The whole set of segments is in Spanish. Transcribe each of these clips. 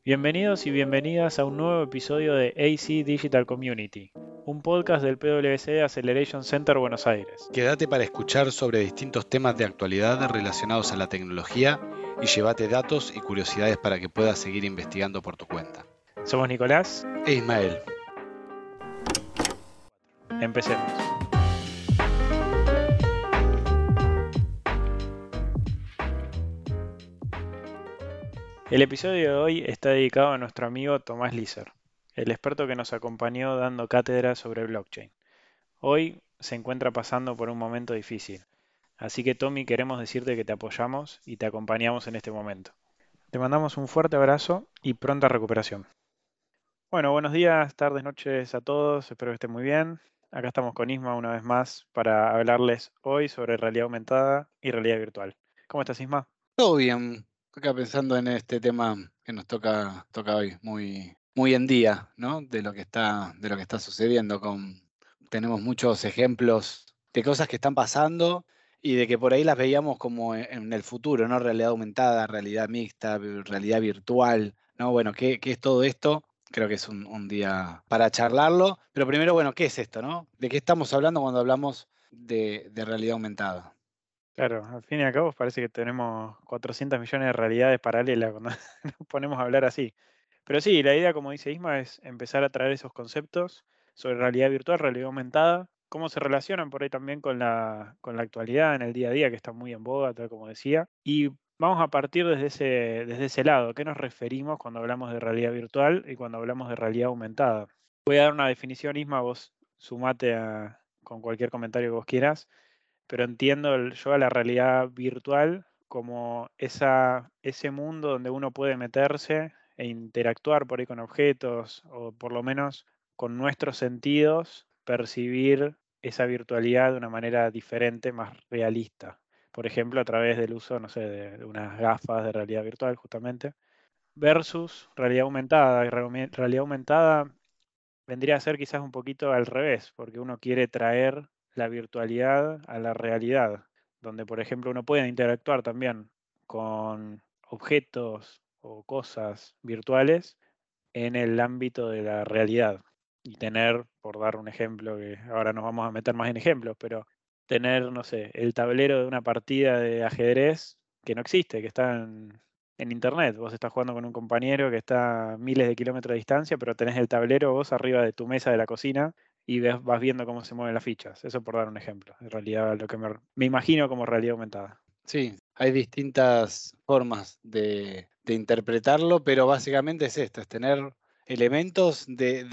Bienvenidos y bienvenidas a un nuevo episodio de AC Digital Community, un podcast del PwC Acceleration Center Buenos Aires. Quédate para escuchar sobre distintos temas de actualidad relacionados a la tecnología y llévate datos y curiosidades para que puedas seguir investigando por tu cuenta. Somos Nicolás. E Ismael. Empecemos. El episodio de hoy está dedicado a nuestro amigo Tomás Lícer, el experto que nos acompañó dando cátedra sobre blockchain. Hoy se encuentra pasando por un momento difícil, así que Tommy, queremos decirte que te apoyamos y te acompañamos en este momento. Te mandamos un fuerte abrazo y pronta recuperación. Bueno, buenos días, tardes, noches a todos, espero que estén muy bien. Acá estamos con Isma una vez más para hablarles hoy sobre realidad aumentada y realidad virtual. ¿Cómo estás, Isma? Todo bien. Acá pensando en este tema que nos toca hoy, muy en día, ¿no? De lo que está sucediendo. Tenemos muchos ejemplos de cosas que están pasando y de que por ahí las veíamos como en el futuro, ¿no? Realidad aumentada, realidad mixta, realidad virtual, ¿no? Bueno, ¿qué es todo esto? Creo que es un día para charlarlo. Pero primero, bueno, ¿qué es esto, no? ¿De qué estamos hablando cuando hablamos de realidad aumentada? Claro, al fin y al cabo parece que tenemos 400 millones de realidades paralelas cuando nos ponemos a hablar así. Pero sí, la idea, como dice Isma, es empezar a traer esos conceptos sobre realidad virtual, realidad aumentada, cómo se relacionan por ahí también con la actualidad en el día a día, que está muy en boga, tal como decía. Y vamos a partir desde ese lado. ¿Qué nos referimos cuando hablamos de realidad virtual y cuando hablamos de realidad aumentada? Voy a dar una definición, Isma, vos sumate con cualquier comentario que vos quieras, pero entiendo yo a la realidad virtual como ese mundo donde uno puede meterse e interactuar por ahí con objetos o por lo menos con nuestros sentidos, percibir esa virtualidad de una manera diferente, más realista. Por ejemplo, a través del uso, no sé, de unas gafas de realidad virtual justamente, versus realidad aumentada. Realidad aumentada vendría a ser quizás un poquito al revés, porque uno quiere traer la virtualidad a la realidad, donde por ejemplo uno puede interactuar también con objetos o cosas virtuales en el ámbito de la realidad y tener, por dar un ejemplo, que ahora nos vamos a meter más en ejemplos, pero tener, no sé, el tablero de una partida de ajedrez que no existe, que está en internet. Vos estás jugando con un compañero que está a miles de kilómetros de distancia, pero tenés el tablero vos arriba de tu mesa de la cocina y vas viendo cómo se mueven las fichas. Eso por dar un ejemplo. En realidad lo que me imagino como realidad aumentada. Sí, hay distintas formas de interpretarlo, pero básicamente es esto, es tener elementos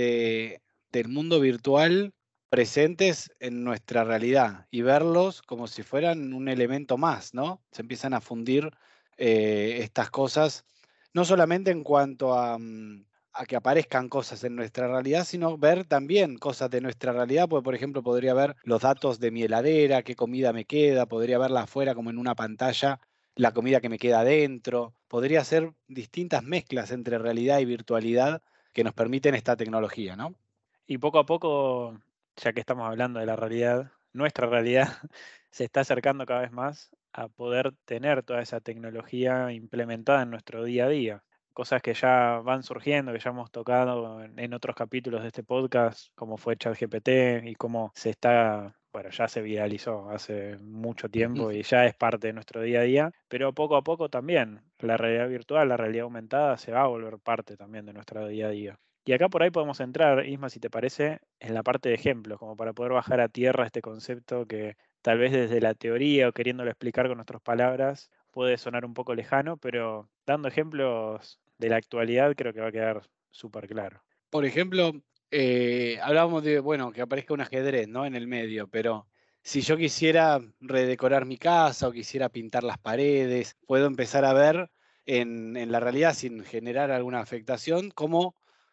del mundo virtual presentes en nuestra realidad y verlos como si fueran un elemento más, ¿no? Se empiezan a fundir estas cosas, no solamente en cuanto a que aparezcan cosas en nuestra realidad, sino ver también cosas de nuestra realidad, porque por ejemplo podría ver los datos de mi heladera, qué comida me queda, podría verla afuera como en una pantalla, la comida que me queda adentro, podría ser distintas mezclas entre realidad y virtualidad que nos permiten esta tecnología, ¿no? Y poco a poco, ya que estamos hablando de la realidad, nuestra realidad se está acercando cada vez más a poder tener toda esa tecnología implementada en nuestro día a día. Cosas que ya van surgiendo, que ya hemos tocado en otros capítulos de este podcast, como fue ChatGPT y cómo bueno, ya se viralizó hace mucho tiempo y ya es parte de nuestro día a día, pero poco a poco también la realidad virtual, la realidad aumentada se va a volver parte también de nuestro día a día. Y acá por ahí podemos entrar, Isma, si te parece, en la parte de ejemplos, como para poder bajar a tierra este concepto que tal vez desde la teoría o queriéndolo explicar con nuestras palabras puede sonar un poco lejano, pero dando ejemplos de la actualidad creo que va a quedar súper claro. Por ejemplo, hablábamos de, bueno, que aparezca un ajedrez, ¿no? En el medio, pero si yo quisiera redecorar mi casa o quisiera pintar las paredes, puedo empezar a ver en la realidad, sin generar alguna afectación, cómo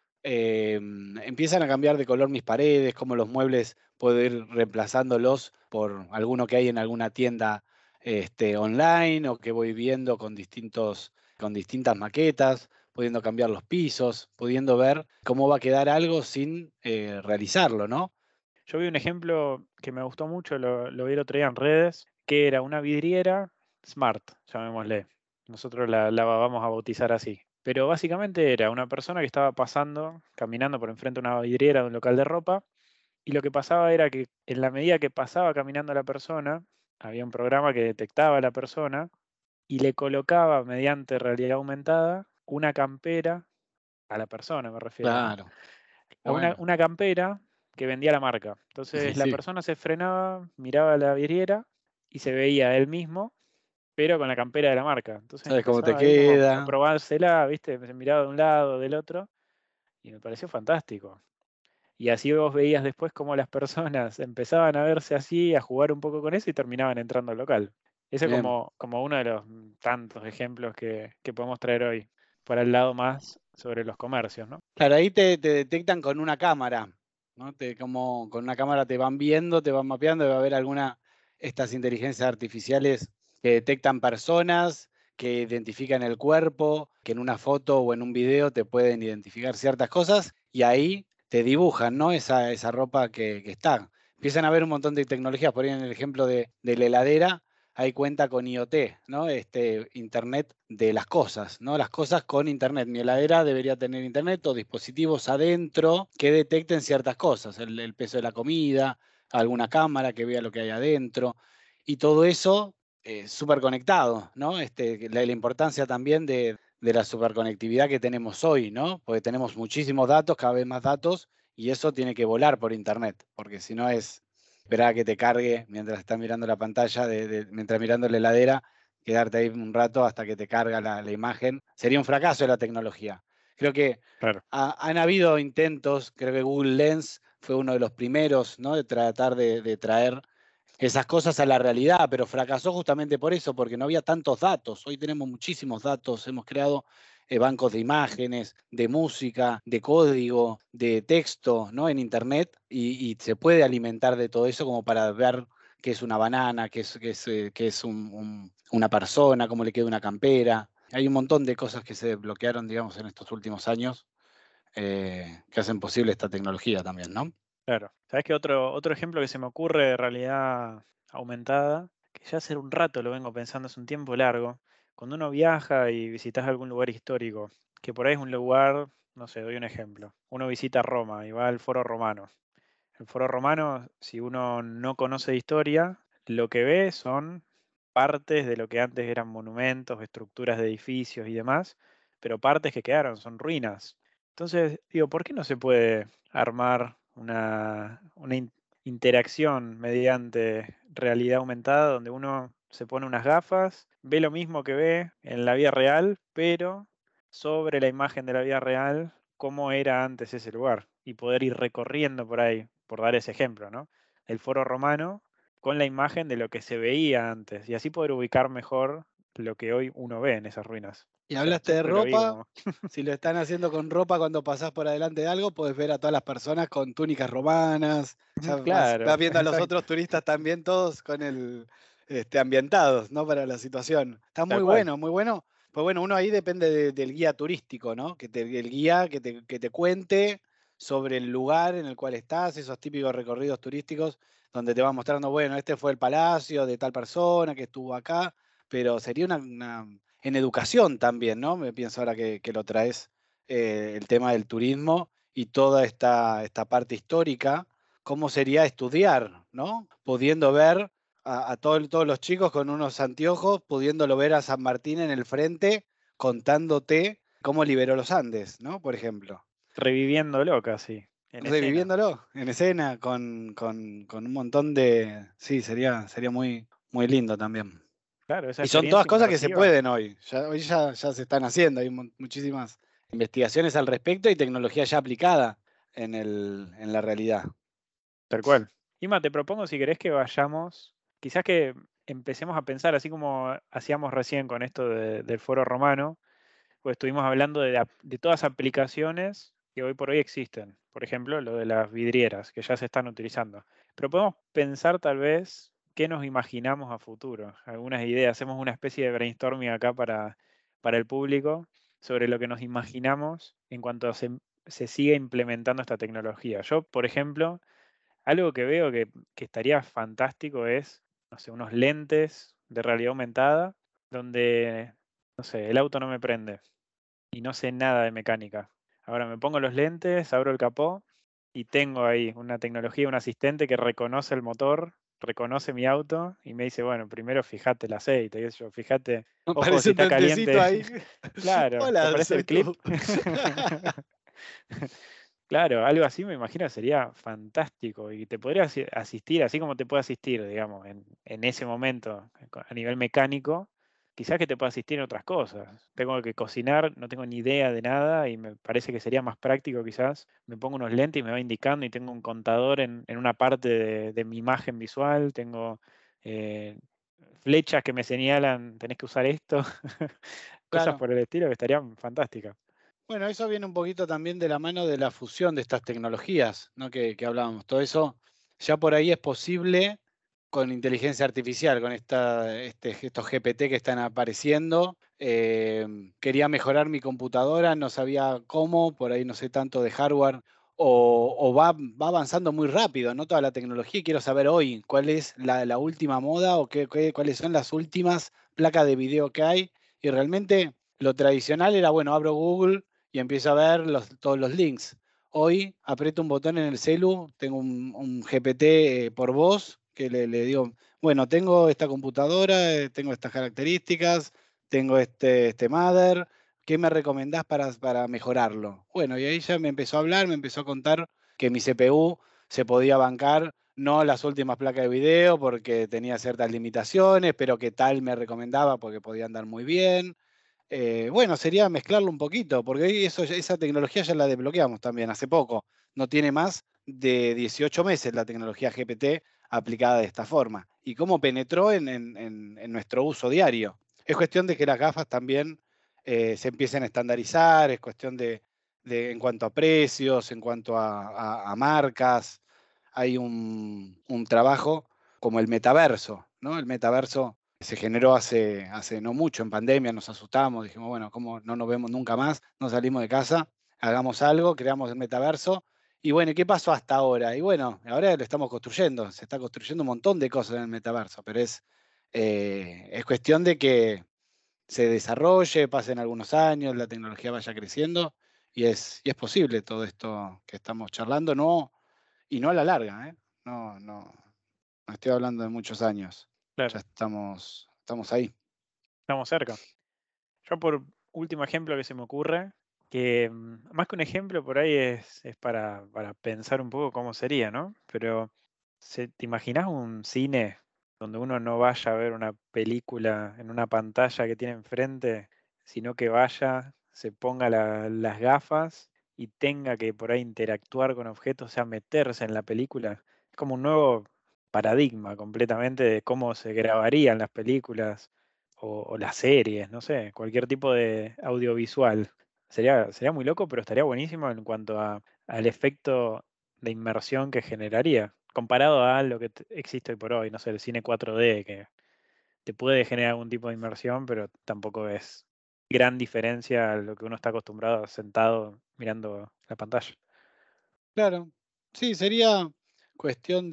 empiezan a cambiar de color mis paredes, cómo los muebles puedo ir reemplazándolos por alguno que hay en alguna tienda online o que voy viendo con distintas maquetas, pudiendo cambiar los pisos, pudiendo ver cómo va a quedar algo sin realizarlo, ¿no? Yo vi un ejemplo que me gustó mucho, lo vi el otro día en redes, que era una vidriera smart, llamémosle. Nosotros la vamos a bautizar así. Pero básicamente era una persona que estaba pasando, caminando por enfrente de una vidriera de un local de ropa, y lo que pasaba era que en la medida que pasaba caminando la persona, había un programa que detectaba a la persona y le colocaba mediante realidad aumentada una campera a la persona, me refiero, ¿no? Claro. A Bueno, una campera que vendía la marca. y Entonces la sí, persona se frenaba, miraba la vidriera y se veía a él mismo, pero con la campera de la marca. Entonces sabes cómo te empezaba ahí como a queda. probársela, ¿viste? Se miraba de un lado, del otro, y me pareció fantástico. Y así vos veías después cómo las personas empezaban a verse así, a jugar un poco con eso y terminaban entrando al local. Ese Bien. como uno de los tantos ejemplos que podemos traer hoy, para el lado más sobre los comercios, ¿no? Claro, ahí te detectan con una cámara, ¿no? Como con una cámara te van viendo, te van mapeando, debe haber alguna, estas inteligencias artificiales que detectan personas, que identifican el cuerpo, que en una foto o en un video te pueden identificar ciertas cosas y ahí te dibujan, ¿no? Esa ropa que está. Empiezan a haber un montón de tecnologías, por ahí en el ejemplo de la heladera, ahí cuenta con IoT, ¿no? Internet de las cosas, ¿no? Las cosas con Internet. Mi heladera debería tener Internet o dispositivos adentro que detecten ciertas cosas, el peso de la comida, alguna cámara que vea lo que hay adentro, y todo eso súper conectado, ¿no? La importancia también de la superconectividad que tenemos hoy, ¿no? Porque tenemos muchísimos datos, cada vez más datos, y eso tiene que volar por Internet, porque si no es esperar a que te cargue mientras estás mirando la pantalla, mientras mirando la heladera, quedarte ahí un rato hasta que te carga la imagen. Sería un fracaso de la tecnología. Creo que Claro. han habido intentos, creo que Google Lens fue uno de los primeros, ¿no? De tratar de traer esas cosas a la realidad, pero fracasó justamente por eso, porque no había tantos datos. Hoy tenemos muchísimos datos, hemos creado bancos de imágenes, de música, de código, de texto, ¿no? En Internet y se puede alimentar de todo eso como para ver qué es una banana, qué es una persona, cómo le queda una campera. Hay un montón de cosas que se desbloquearon, digamos, en estos últimos años que hacen posible esta tecnología también, ¿no? Claro. ¿Sabes qué otro ejemplo que se me ocurre de realidad aumentada? Que ya hace un rato lo vengo pensando, hace un tiempo largo. Cuando uno viaja y visitas algún lugar histórico, que por ahí es un lugar, no sé, doy un ejemplo. Uno visita Roma y va al Foro Romano. El Foro Romano, si uno no conoce de historia, lo que ve son partes de lo que antes eran monumentos, estructuras de edificios y demás, pero partes que quedaron, son ruinas. Entonces, digo, ¿por qué no se puede armar una interacción mediante realidad aumentada donde uno se pone unas gafas, ve lo mismo que ve en la vida real, pero sobre la imagen de la vida real, cómo era antes ese lugar y poder ir recorriendo por ahí, por dar ese ejemplo, ¿no? El foro romano con la imagen de lo que se veía antes y así poder ubicar mejor lo que hoy uno ve en esas ruinas. Y O sea, hablaste de siempre lo vi ropa. como, Si lo están haciendo con ropa cuando pasás por adelante de algo, puedes ver a todas las personas con túnicas romanas. Ya vas claro, viendo a los exacto, otros turistas también todos con ambientados, ¿no? Para la situación. Está tal cual, muy bueno. Pues bueno, uno ahí depende del guía turístico, ¿no? El guía que te cuente sobre el lugar en el cual estás, esos típicos recorridos turísticos donde te va mostrando, bueno, este fue el palacio de tal persona que estuvo acá, pero sería en educación también, ¿no? Me pienso ahora que lo traes el tema del turismo y toda esta parte histórica, cómo sería estudiar, ¿no? Pudiendo ver todos los chicos con unos anteojos, pudiéndolo ver a San Martín en el frente, contándote cómo liberó los Andes, ¿no? Por ejemplo. reviviéndolo casi, en escena. Reviviéndolo en escena con un montón de. Sí, sería muy, muy lindo también. Claro, esa Y son todas experiencia cosas que se inmersiva, pueden hoy. Hoy ya se están haciendo. Hay muchísimas investigaciones al respecto y tecnología ya aplicada en la realidad. tal cual. Ima, te propongo si querés que vayamos, quizás que empecemos a pensar así como hacíamos recién con esto del foro romano, pues estuvimos hablando de todas las aplicaciones que hoy por hoy existen. Por ejemplo, lo de las vidrieras, que ya se están utilizando. Pero podemos pensar tal vez qué nos imaginamos a futuro, algunas ideas. Hacemos una especie de brainstorming acá para el público sobre lo que nos imaginamos en cuanto se siga implementando esta tecnología. Yo, por ejemplo, algo que veo que estaría fantástico es, no sé, unos lentes de realidad aumentada donde, no sé, el auto no me prende y no sé nada de mecánica. Ahora me pongo los lentes, abro el capó y tengo ahí una tecnología, un asistente que reconoce el motor, reconoce mi auto y me dice, bueno, primero fíjate el aceite, qué sé yo, fíjate, ojo Parece si un está duendecito caliente. ahí. Claro, ¿te Hola, parece soy el clip? tú. Claro, algo así me imagino sería fantástico y te podría asistir, así como te puede asistir, digamos, en ese momento a nivel mecánico, quizás que te pueda asistir en otras cosas. Tengo que cocinar, no tengo ni idea de nada y me parece que sería más práctico quizás. Me pongo unos lentes y me va indicando y tengo un contador en una parte de mi imagen visual, tengo eh, flechas que me señalan, tenés que usar esto, cosas Claro. por el estilo que estarían fantásticas. Bueno, eso viene un poquito también de la mano de la fusión de estas tecnologías, ¿no? Que hablábamos. Todo eso ya por ahí es posible con inteligencia artificial, con estos GPT que están apareciendo. Quería mejorar mi computadora, no sabía cómo, por ahí no sé tanto de hardware, o va avanzando muy rápido, ¿no? Toda la tecnología y quiero saber hoy cuál es la última moda o cuáles son las últimas placas de video que hay. Y realmente lo tradicional era, bueno, abro Google y empiezo a ver todos los links. Hoy aprieto un botón en el celu, tengo un GPT por voz que le digo, bueno, tengo esta computadora, tengo estas características, tengo este mother, ¿qué me recomendás para mejorarlo? Bueno, y ahí ya me empezó a hablar, me empezó a contar que mi CPU se podía bancar, no las últimas placas de video porque tenía ciertas limitaciones, pero que tal me recomendaba porque podía andar muy bien. Bueno, sería mezclarlo un poquito, porque hoy esa tecnología ya la desbloqueamos también hace poco. No tiene más de 18 meses la tecnología GPT aplicada de esta forma. ¿Y cómo penetró en nuestro uso diario? Es cuestión de que las gafas también se empiecen a estandarizar, es cuestión en cuanto a precios, en cuanto a marcas. Hay un trabajo como el metaverso, ¿no? El metaverso se generó hace no mucho, en pandemia, nos asustamos, dijimos, bueno, ¿cómo no nos vemos nunca más? No salimos de casa, hagamos algo, creamos el metaverso. Y bueno, ¿y qué pasó hasta ahora? Y bueno, ahora lo estamos construyendo, se está construyendo un montón de cosas en el metaverso, pero es cuestión de que se desarrolle, pasen algunos años, la tecnología vaya creciendo y es posible todo esto que estamos charlando, no, y no a la larga, ¿eh? No, no estoy hablando de muchos años, ya Claro, estamos ahí. estamos cerca. Yo por último ejemplo que se me ocurre, que más que un ejemplo por ahí es para pensar un poco cómo sería, ¿no? Pero ¿te imaginas un cine donde uno no vaya a ver una película en una pantalla que tiene enfrente, sino que vaya, se ponga las gafas y tenga que por ahí interactuar con objetos, o sea, meterse en la película? Es como un nuevo paradigma completamente de cómo se grabarían las películas o las series, no sé, cualquier tipo de audiovisual. Sería muy loco, pero estaría buenísimo en cuanto al efecto de inmersión que generaría, comparado a lo que existe hoy por hoy, no sé, el cine 4D, que te puede generar algún tipo de inmersión, pero tampoco es gran diferencia a lo que uno está acostumbrado sentado mirando la pantalla. Claro, sí, sería cuestión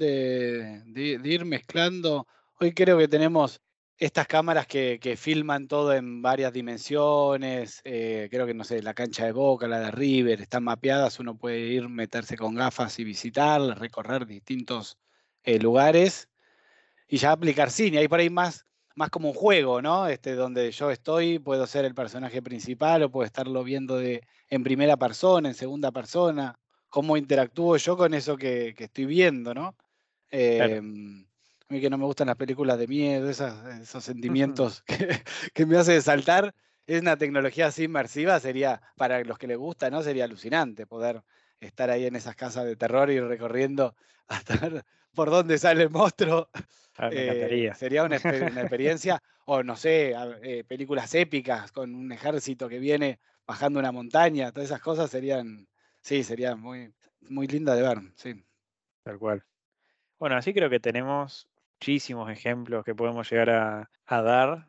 de ir mezclando. Hoy creo que tenemos estas cámaras que filman todo en varias dimensiones. Creo que, no sé, la cancha de Boca, la de River, están mapeadas. Uno puede ir, meterse con gafas y visitarlas, recorrer distintos lugares y ya aplicar cine. Ahí por ahí más como un juego, ¿no? Donde yo estoy, puedo ser el personaje principal o puedo estarlo viendo en primera persona, en segunda persona. Cómo interactúo yo con eso que estoy viendo, ¿no? Claro. A mí que no me gustan las películas de miedo, esos sentimientos que me hace saltar. Es una tecnología así inmersiva, sería, para los que les gusta, ¿no? Sería alucinante poder estar ahí en esas casas de terror y ir recorriendo hasta ver por dónde sale el monstruo. Ah, me encantaría. Sería una experiencia, o no sé, películas épicas con un ejército que viene bajando una montaña, todas esas cosas sí, sería muy linda de ver, sí. Tal cual. Bueno, así creo que tenemos muchísimos ejemplos que podemos llegar a dar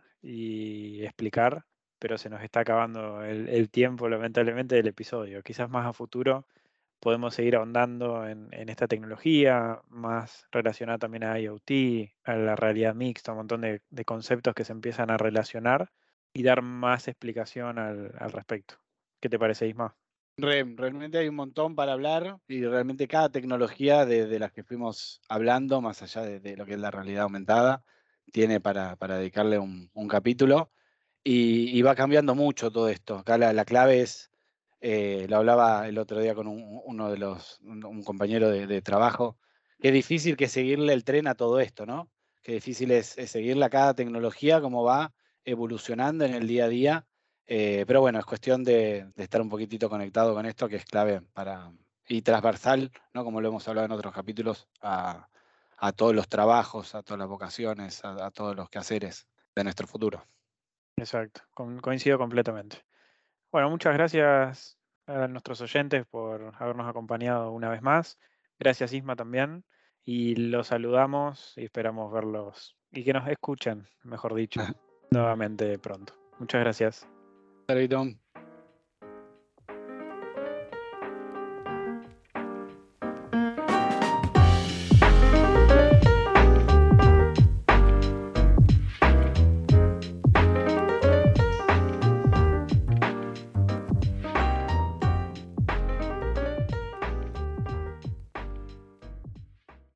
y explicar, pero se nos está acabando el tiempo, lamentablemente, del episodio. Quizás más a futuro podemos seguir ahondando en esta tecnología, más relacionada también a IoT, a la realidad mixta, un montón de conceptos que se empiezan a relacionar y dar más explicación al respecto. ¿Qué te parece, Isma? Realmente hay un montón para hablar y realmente cada tecnología de las que fuimos hablando, más allá de lo que es la realidad aumentada, tiene para dedicarle un capítulo y va cambiando mucho todo esto. Acá la clave es, lo hablaba el otro día con uno de un compañero de trabajo, que es difícil que seguirle el tren a todo esto, ¿no? Qué difícil es seguirle a cada tecnología, cómo va evolucionando en el día a día. Pero bueno, es cuestión de estar un poquitito conectado con esto, que es clave y transversal, ¿no? Como lo hemos hablado en otros capítulos, a todos los trabajos, a todas las vocaciones, a todos los quehaceres de nuestro futuro. Exacto, coincido completamente. Bueno, muchas gracias a nuestros oyentes por habernos acompañado una vez más. Gracias, Isma, también. Y los saludamos y esperamos verlos y que nos escuchen, mejor dicho, nuevamente pronto. Muchas gracias. Saludito.